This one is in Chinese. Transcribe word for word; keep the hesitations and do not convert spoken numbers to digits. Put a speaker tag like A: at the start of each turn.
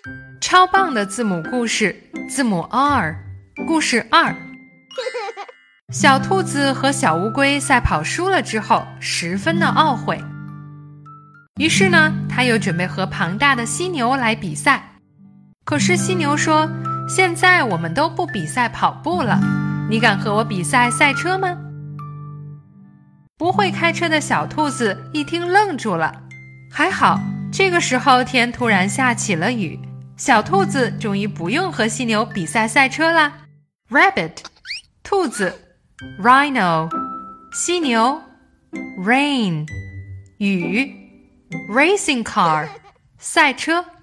A: 超棒的字母故事，字母 R。故事二，小兔子和小乌龟赛跑输了之后，十分的懊悔。于是呢，他又准备和庞大的犀牛来比赛。可是犀牛说，现在我们都不比赛跑步了，你敢和我比赛赛车吗？不会开车的小兔子一听愣住了。还好，这个时候天突然下起了雨，小兔子终于不用和犀牛比赛赛车啦。Rabbit 兔子， Rhino 犀牛， Rain 雨， Racing car 赛车。